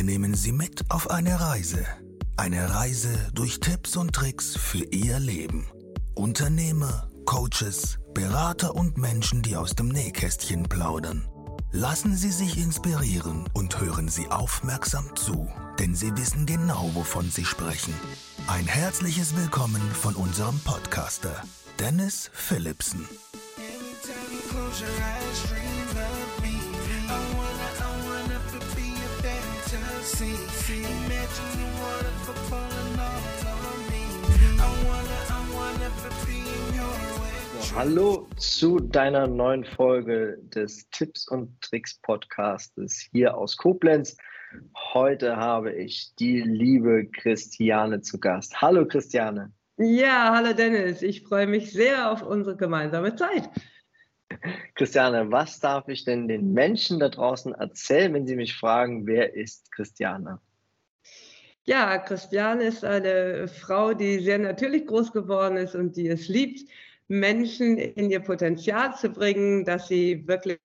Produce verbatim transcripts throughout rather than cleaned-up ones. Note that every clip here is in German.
nehmen Sie mit auf eine Reise. Eine Reise durch Tipps und Tricks für Ihr Leben. Unternehmer, Coaches, Berater und Menschen, die aus dem Nähkästchen plaudern. Lassen Sie sich inspirieren und hören Sie aufmerksam zu, denn Sie wissen genau, wovon Sie sprechen. Ein herzliches Willkommen von unserem Podcaster, Dennis Philipsen. Hallo zu deiner neuen Folge des Tipps und Tricks Podcastes hier aus Koblenz. Heute habe ich die liebe Christiane zu Gast. Hallo Christiane. Ja, hallo Dennis. Ich freue mich sehr auf unsere gemeinsame Zeit. Christiane, was darf ich denn den Menschen da draußen erzählen, wenn sie mich fragen, wer ist Christiane? Ja, Christiane ist eine Frau, die sehr natürlich groß geworden ist und die es liebt, Menschen in ihr Potenzial zu bringen, dass sie wirklich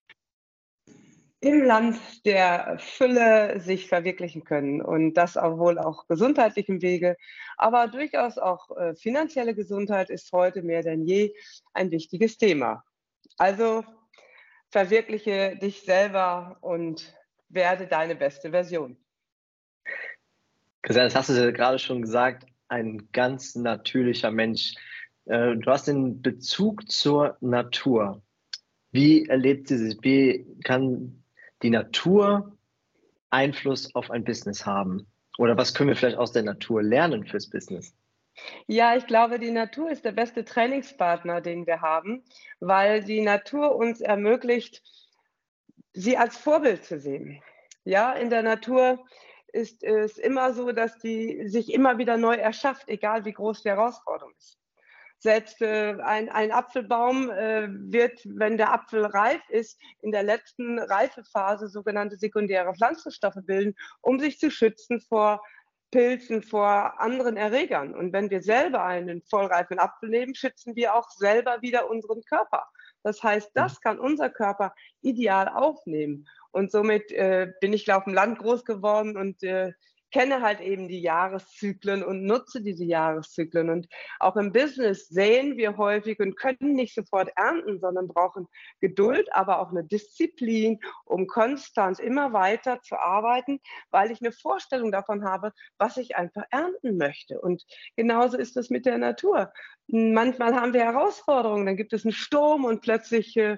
im Land der Fülle sich verwirklichen können und das auch wohl auch gesundheitlichem Wege, aber durchaus auch äh, finanzielle Gesundheit ist heute mehr denn je ein wichtiges Thema. Also verwirkliche dich selber und werde deine beste Version. Christiane, das hast du ja gerade schon gesagt, ein ganz natürlicher Mensch. Äh, Du hast den Bezug zur Natur. Wie erlebt sie sich? Wie kann die Natur Einfluss auf ein Business haben? Oder was können wir vielleicht aus der Natur lernen fürs Business? Ja, ich glaube, die Natur ist der beste Trainingspartner, den wir haben, weil die Natur uns ermöglicht, sie als Vorbild zu sehen. Ja, in der Natur ist es immer so, dass die sich immer wieder neu erschafft, egal wie groß die Herausforderung ist. Selbst äh, ein, ein Apfelbaum äh, wird, wenn der Apfel reif ist, in der letzten Reifephase sogenannte sekundäre Pflanzenstoffe bilden, um sich zu schützen vor Pilzen, vor anderen Erregern. Und wenn wir selber einen vollreifen Apfel nehmen, schützen wir auch selber wieder unseren Körper. Das heißt, das kann unser Körper ideal aufnehmen. Und somit äh, bin ich auf dem Land groß geworden und äh, kenne halt eben die Jahreszyklen und nutze diese Jahreszyklen. Und auch im Business sehen wir häufig und können nicht sofort ernten, sondern brauchen Geduld, aber auch eine Disziplin, um konstant immer weiter zu arbeiten, weil ich eine Vorstellung davon habe, was ich einfach ernten möchte. Und genauso ist es mit der Natur. Manchmal haben wir Herausforderungen, dann gibt es einen Sturm und plötzlich äh,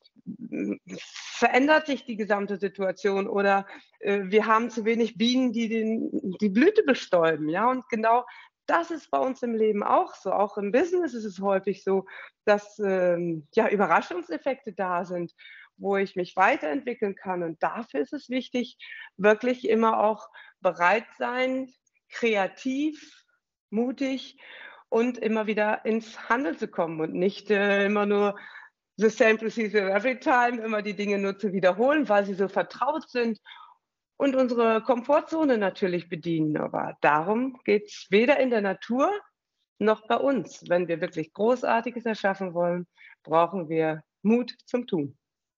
verändert sich die gesamte Situation oder äh, wir haben zu wenig Bienen, die den, die Blüte bestäuben. Ja? Und genau das ist bei uns im Leben auch so. Auch im Business ist es häufig so, dass ähm, ja, Überraschungseffekte da sind, wo ich mich weiterentwickeln kann. Und dafür ist es wichtig, wirklich immer auch bereit sein, kreativ, mutig und immer wieder ins Handeln zu kommen und nicht äh, immer nur the same procedure every time, immer die Dinge nur zu wiederholen, weil sie so vertraut sind und unsere Komfortzone natürlich bedienen. Aber darum geht es weder in der Natur noch bei uns. Wenn wir wirklich Großartiges erschaffen wollen, brauchen wir Mut zum Tun.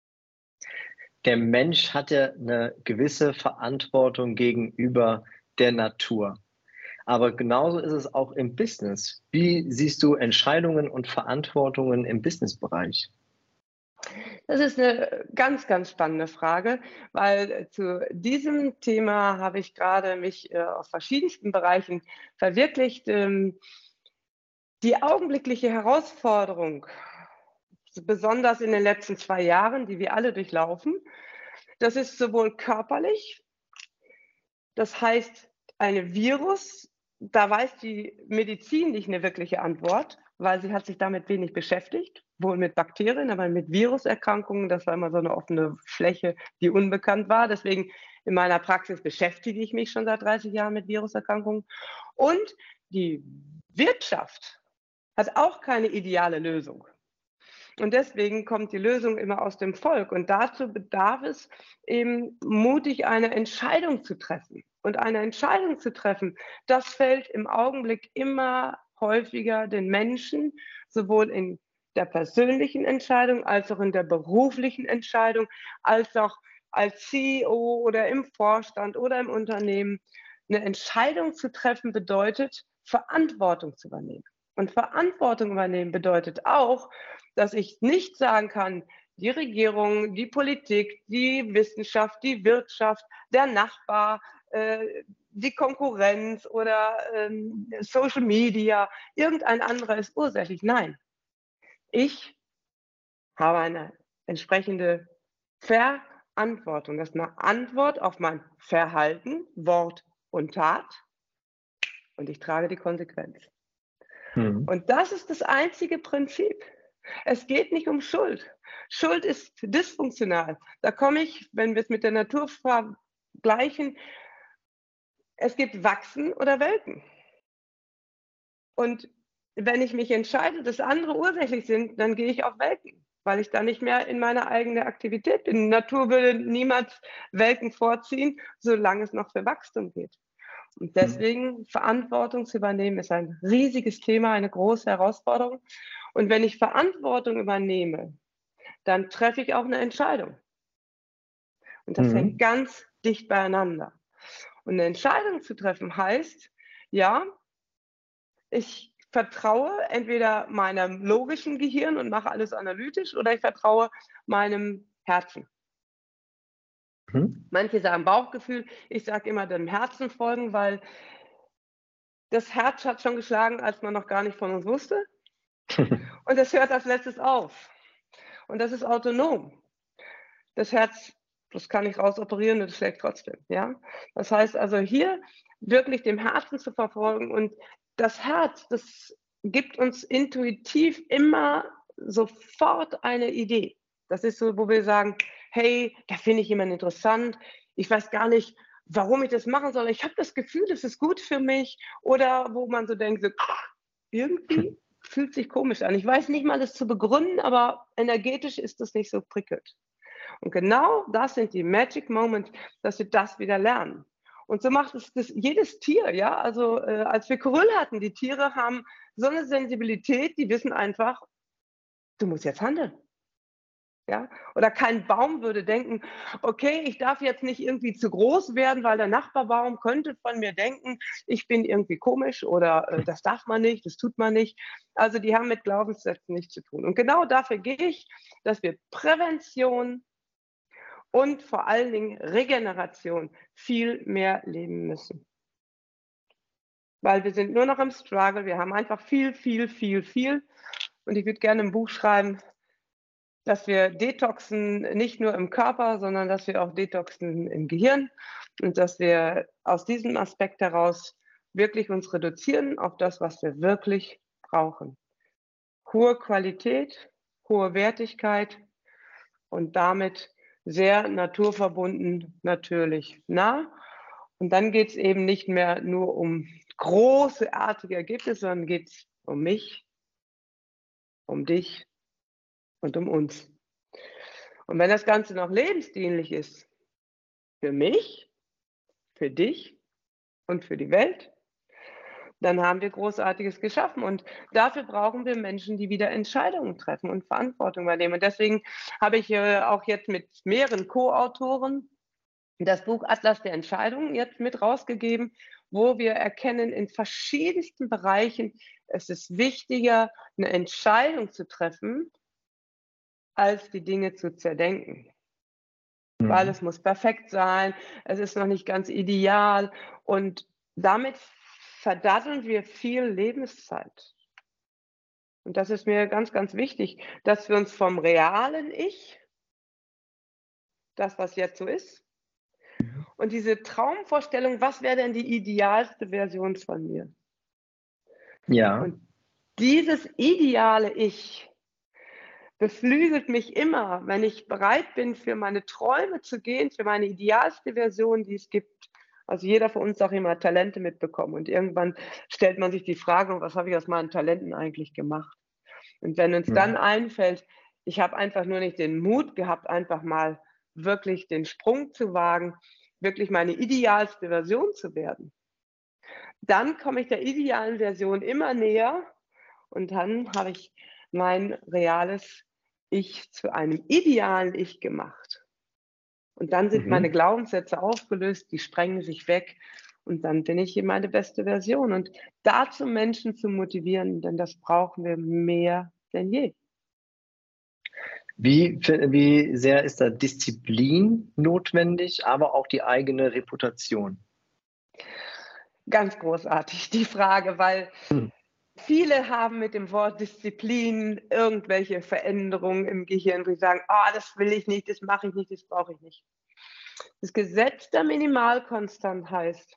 Der Mensch hat ja eine gewisse Verantwortung gegenüber der Natur. Aber genauso ist es auch im Business. Wie siehst du Entscheidungen und Verantwortungen im Businessbereich? Das ist eine ganz, ganz spannende Frage, weil zu diesem Thema habe ich gerade mich äh, auf verschiedensten Bereichen verwirklicht. Ähm, die augenblickliche Herausforderung, besonders in den letzten zwei Jahren, die wir alle durchlaufen, das ist sowohl körperlich, das heißt, ein Virus, da weiß die Medizin nicht eine wirkliche Antwort, weil sie hat sich damit wenig beschäftigt, wohl mit Bakterien, aber mit Viruserkrankungen, das war immer so eine offene Fläche, die unbekannt war. Deswegen in meiner Praxis beschäftige ich mich schon seit dreißig Jahren mit Viruserkrankungen. Und die Wirtschaft hat auch keine ideale Lösung. Und deswegen kommt die Lösung immer aus dem Volk. Und dazu bedarf es eben mutig, eine Entscheidung zu treffen. Und eine Entscheidung zu treffen, das fällt im Augenblick immer häufiger den Menschen, sowohl in der persönlichen Entscheidung als auch in der beruflichen Entscheidung, als auch als C E O oder im Vorstand oder im Unternehmen, eine Entscheidung zu treffen bedeutet, Verantwortung zu übernehmen. Und Verantwortung übernehmen bedeutet auch, dass ich nicht sagen kann, die Regierung, die Politik, die Wissenschaft, die Wirtschaft, der Nachbar, äh, die Konkurrenz oder ähm, Social Media, irgendein anderer ist ursächlich. Nein, ich habe eine entsprechende Verantwortung. Das ist eine Antwort auf mein Verhalten, Wort und Tat. Und ich trage die Konsequenz. Mhm. Und das ist das einzige Prinzip. Es geht nicht um Schuld. Schuld ist dysfunktional. Da komme ich, wenn wir es mit der Natur vergleichen, es gibt Wachsen oder Welken. Und wenn ich mich entscheide, dass andere ursächlich sind, dann gehe ich auf Welken, weil ich da nicht mehr in meiner eigenen Aktivität bin. Die Natur würde niemals Welken vorziehen, solange es noch für Wachstum geht. Und deswegen Verantwortung zu übernehmen, ist ein riesiges Thema, eine große Herausforderung. Und wenn ich Verantwortung übernehme, dann treffe ich auch eine Entscheidung. Und das Mhm. hängt ganz dicht beieinander. Und eine Entscheidung zu treffen heißt, ja, ich vertraue entweder meinem logischen Gehirn und mache alles analytisch oder ich vertraue meinem Herzen. Mhm. Manche sagen Bauchgefühl, ich sage immer dem Herzen folgen, weil das Herz hat schon geschlagen, als man noch gar nicht von uns wusste. Und das hört als letztes auf. Und das ist autonom. Das Herz, das kann ich rausoperieren und das schlägt trotzdem. Ja? Das heißt also hier wirklich dem Herzen zu verfolgen. Und das Herz, das gibt uns intuitiv immer sofort eine Idee. Das ist so, wo wir sagen, hey, da finde ich jemanden interessant. Ich weiß gar nicht, warum ich das machen soll. Ich habe das Gefühl, das ist gut für mich. Oder wo man so denkt, so, irgendwie fühlt sich komisch an. Ich weiß nicht mal, das zu begründen, aber energetisch ist das nicht so prickelnd. Und genau das sind die Magic Moments, dass wir das wieder lernen. Und so macht es das jedes Tier, ja. Also äh, als wir Kyrill hatten, die Tiere haben so eine Sensibilität, die wissen einfach, du musst jetzt handeln. Ja? Oder kein Baum würde denken, okay, ich darf jetzt nicht irgendwie zu groß werden, weil der Nachbarbaum könnte von mir denken, ich bin irgendwie komisch oder äh, das darf man nicht, das tut man nicht. Also die haben mit Glaubenssätzen nichts zu tun. Und genau dafür gehe ich, dass wir Prävention und vor allen Dingen Regeneration viel mehr leben müssen. Weil wir sind nur noch im Struggle, wir haben einfach viel, viel, viel, viel. Und ich würde gerne ein Buch schreiben, dass wir detoxen, nicht nur im Körper, sondern dass wir auch detoxen im Gehirn und dass wir aus diesem Aspekt heraus wirklich uns reduzieren auf das, was wir wirklich brauchen. Hohe Qualität, hohe Wertigkeit und damit sehr naturverbunden, natürlich nah. Und dann geht es eben nicht mehr nur um großartige Ergebnisse, sondern geht es um mich, um dich und um uns. Und wenn das Ganze noch lebensdienlich ist, für mich, für dich und für die Welt, dann haben wir Großartiges geschaffen. Und dafür brauchen wir Menschen, die wieder Entscheidungen treffen und Verantwortung übernehmen. Und deswegen habe ich äh, auch jetzt mit mehreren Co-Autoren das Buch Atlas der Entscheidungen jetzt mit rausgegeben, wo wir erkennen, in verschiedensten Bereichen, es ist wichtiger, eine Entscheidung zu treffen, als die Dinge zu zerdenken. Mhm. Weil es muss perfekt sein, es ist noch nicht ganz ideal und damit verdaddeln wir viel Lebenszeit. Und das ist mir ganz, ganz wichtig, dass wir uns vom realen Ich, das, was jetzt so ist, und diese Traumvorstellung, was wäre denn die idealste Version von mir? Ja. Und dieses ideale Ich beflügelt mich immer, wenn ich bereit bin, für meine Träume zu gehen, für meine idealste Version, die es gibt. Also jeder von uns hat auch immer Talente mitbekommen und irgendwann stellt man sich die Frage, was habe ich aus meinen Talenten eigentlich gemacht? Und wenn uns Mhm. dann einfällt, ich habe einfach nur nicht den Mut gehabt, einfach mal wirklich den Sprung zu wagen, wirklich meine idealste Version zu werden, dann komme ich der idealen Version immer näher und dann habe ich mein reales Ich zu einem idealen Ich gemacht. Und dann sind meine Mhm. Glaubenssätze aufgelöst, die sprengen sich weg und dann bin ich hier meine beste Version. Und dazu Menschen zu motivieren, denn das brauchen wir mehr denn je. Wie, fi- wie sehr ist da Disziplin notwendig, aber auch die eigene Reputation? Ganz großartig die Frage, weil Hm. viele haben mit dem Wort Disziplin irgendwelche Veränderungen im Gehirn, wo sie sagen: „Ah, das will ich nicht, das mache ich nicht, das brauche ich nicht.“ Das Gesetz der Minimalkonstant heißt,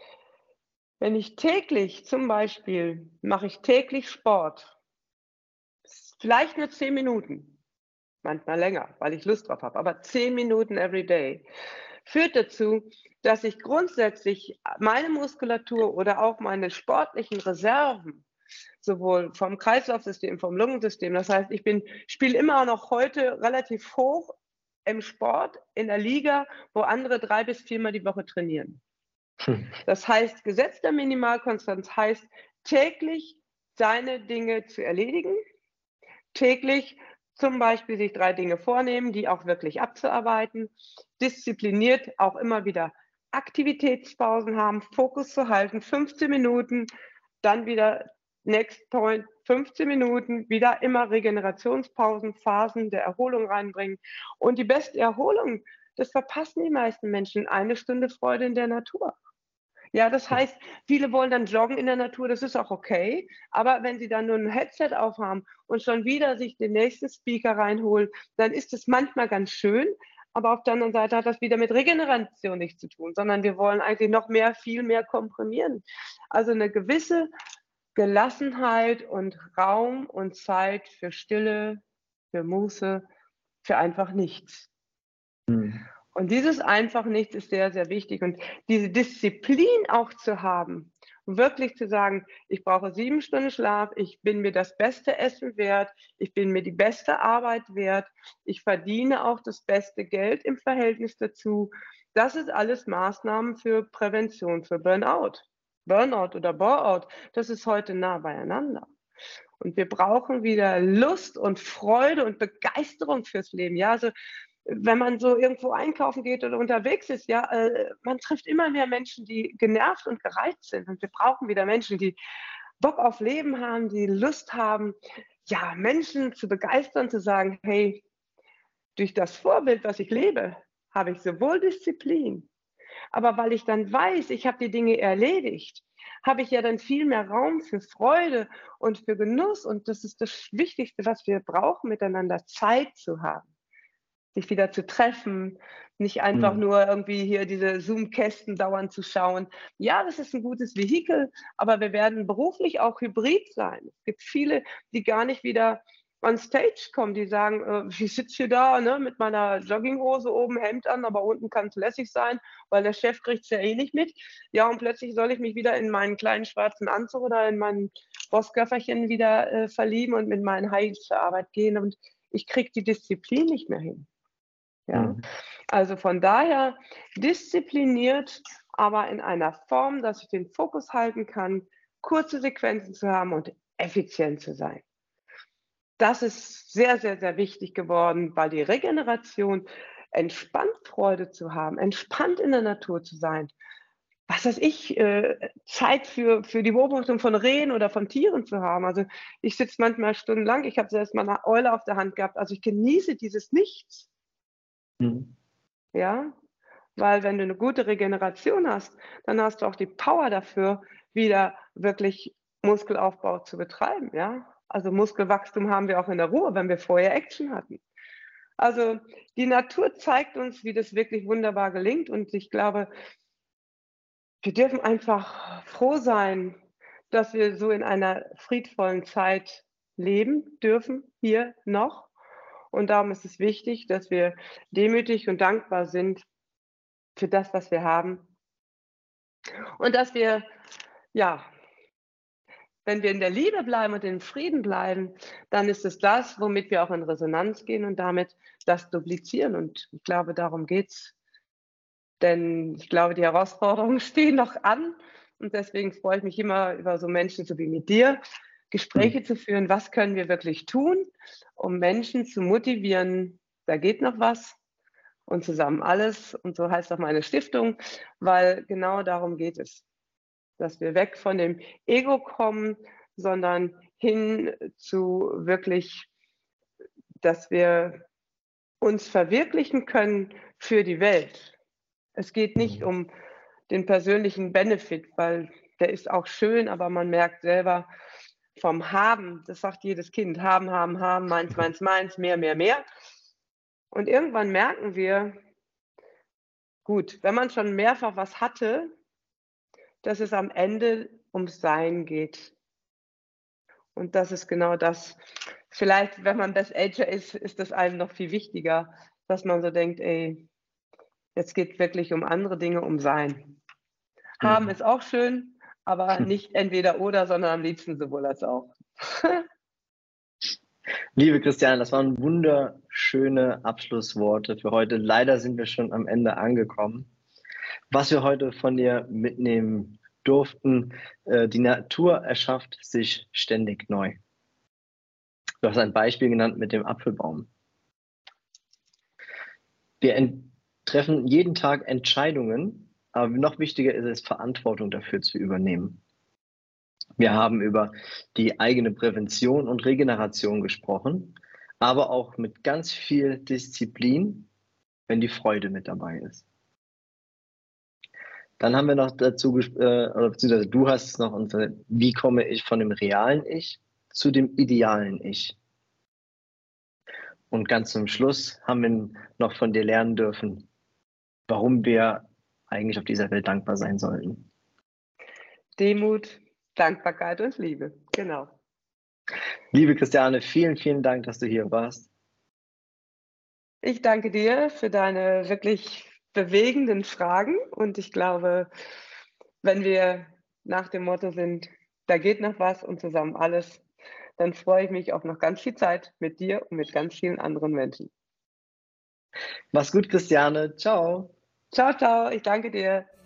wenn ich täglich zum Beispiel mache ich täglich Sport, vielleicht nur zehn Minuten, manchmal länger, weil ich Lust drauf habe, aber zehn Minuten every day, führt dazu, dass ich grundsätzlich meine Muskulatur oder auch meine sportlichen Reserven sowohl vom Kreislaufsystem, vom Lungensystem. Das heißt, ich bin spiele immer noch heute relativ hoch im Sport in der Liga, wo andere drei bis viermal die Woche trainieren. Hm. Das heißt, Gesetz der Minimalkonstanz heißt, täglich seine Dinge zu erledigen, täglich zum Beispiel sich drei Dinge vornehmen, die auch wirklich abzuarbeiten, diszipliniert auch immer wieder Aktivitätspausen haben, Fokus zu halten, fünfzehn Minuten, dann wieder next point, fünfzehn Minuten, wieder immer Regenerationspausen, Phasen der Erholung reinbringen. Und die beste Erholung, das verpassen die meisten Menschen, eine Stunde Freude in der Natur. Ja, das heißt, viele wollen dann joggen in der Natur, das ist auch okay, aber wenn sie dann nur 'n Headset aufhaben und schon wieder sich den nächsten Speaker reinholen, dann ist es manchmal ganz schön, aber auf der anderen Seite hat das wieder mit Regeneration nichts zu tun, sondern wir wollen eigentlich noch mehr viel mehr komprimieren. Also 'ne gewisse Gelassenheit und Raum und Zeit für Stille, für Muße, für einfach nichts. Hm. Und dieses einfach nichts ist sehr, sehr wichtig. Und diese Disziplin auch zu haben, wirklich zu sagen: „Ich brauche sieben Stunden Schlaf, ich bin mir das beste Essen wert, ich bin mir die beste Arbeit wert, ich verdiene auch das beste Geld im Verhältnis dazu.“ Das ist alles Maßnahmen für Prävention für Burnout. Burnout oder Bore-out, das ist heute nah beieinander. Und wir brauchen wieder Lust und Freude und Begeisterung fürs Leben. Ja, also wenn man so irgendwo einkaufen geht oder unterwegs ist, ja, äh, man trifft immer mehr Menschen, die genervt und gereizt sind. Und wir brauchen wieder Menschen, die Bock auf Leben haben, die Lust haben, ja, Menschen zu begeistern, zu sagen: „Hey, durch das Vorbild, was ich lebe, habe ich sowohl Disziplin, aber weil ich dann weiß, ich habe die Dinge erledigt, habe ich ja dann viel mehr Raum für Freude und für Genuss. Und das ist das Wichtigste, was wir brauchen, miteinander Zeit zu haben, sich wieder zu treffen, nicht einfach Hm. nur irgendwie hier diese Zoom-Kästen dauernd zu schauen. Ja, das ist ein gutes Vehikel, aber wir werden beruflich auch hybrid sein. Es gibt viele, die gar nicht wieder on Stage kommen, die sagen: „Äh, ich sitze hier da, ne, mit meiner Jogginghose oben, Hemd an, aber unten kann es lässig sein, weil der Chef kriegt's ja eh nicht mit. Ja, und plötzlich soll ich mich wieder in meinen kleinen schwarzen Anzug oder in mein Bossköfferchen wieder, äh, verlieben und mit meinen High Heels zur Arbeit gehen und ich kriege die Disziplin nicht mehr hin.“ Ja, Hm. also von daher diszipliniert, aber in einer Form, dass ich den Fokus halten kann, kurze Sequenzen zu haben und effizient zu sein. Das ist sehr, sehr, sehr wichtig geworden, weil die Regeneration, entspannt Freude zu haben, entspannt in der Natur zu sein, was weiß ich, äh, Zeit für für die Beobachtung von Rehen oder von Tieren zu haben. Also, ich sitze manchmal stundenlang, ich habe selbst mal 'ne Eule auf der Hand gehabt. Also, ich genieße dieses Nichts, Hm. ja? Weil wenn du 'ne gute Regeneration hast, dann hast du auch die Power dafür, wieder wirklich Muskelaufbau zu betreiben, ja? Also, Muskelwachstum haben wir auch in der Ruhe, wenn wir vorher Action hatten. Also, die Natur zeigt uns, wie das wirklich wunderbar gelingt und ich glaube, wir dürfen einfach froh sein, dass wir so in einer friedvollen Zeit leben dürfen, hier noch. Und darum ist es wichtig, dass wir demütig und dankbar sind für das, was wir haben. Und dass wir, ja, wenn wir in der Liebe bleiben und in Frieden bleiben, dann ist es das, womit wir auch in Resonanz gehen und damit das duplizieren. Und ich glaube, darum geht's. Denn ich glaube, die Herausforderungen stehen noch an. Und deswegen freue ich mich immer über so Menschen so wie mit dir, Hm. Gespräche zu führen. Was können wir wirklich tun, um Menschen zu motivieren? Da geht noch was. und zusammen alles. Und so heißt auch meine Stiftung, weil genau darum geht es, dass wir weg von dem Ego kommen, sondern hin zu wirklich, dass wir uns verwirklichen können für die Welt. Es geht nicht um den persönlichen Benefit, weil der ist auch schön, aber man merkt selber vom Haben, das sagt jedes Kind, haben, haben, haben, meins, meins, meins, mehr, mehr, mehr. Und irgendwann merken wir, gut, wenn man schon mehrfach was hatte, dass es am Ende ums Sein geht. Und das ist genau das. Vielleicht, wenn man Best Ager ist, ist das einem noch viel wichtiger, dass man so denkt, ey, jetzt geht wirklich um andere Dinge, um Sein. Haben Mhm. ist auch schön, aber nicht entweder oder, sondern am liebsten sowohl als auch. Liebe Christiane, das waren wunderschöne Abschlussworte für heute. Leider sind wir schon am Ende angekommen. Was wir heute von dir mitnehmen durften, äh, die Natur erschafft sich ständig neu. Du hast ein Beispiel genannt mit dem Apfelbaum. Wir treffen jeden Tag Entscheidungen, aber noch wichtiger ist es, Verantwortung dafür zu übernehmen. Wir haben über die eigene Prävention und Regeneration gesprochen, aber auch mit ganz viel Disziplin, wenn die Freude mit dabei ist. Dann haben wir noch dazu, äh, oder beziehungsweise du hast es noch, und wie komme ich von dem realen Ich zu dem idealen Ich? Und ganz zum Schluss haben wir noch von dir lernen dürfen, warum wir eigentlich auf dieser Welt dankbar sein sollten. Demut, Dankbarkeit und Liebe, genau. Liebe Christiane, vielen, vielen Dank, dass du hier warst. Ich danke dir für deine wirklich bewegenden Fragen und ich glaube, wenn wir nach dem Motto sind, da geht noch was und zusammen alles, dann freue ich mich auf noch ganz viel Zeit mit dir und mit ganz vielen anderen Menschen. Mach's gut, Christiane. Ciao. Ciao, ciao. Ich danke dir.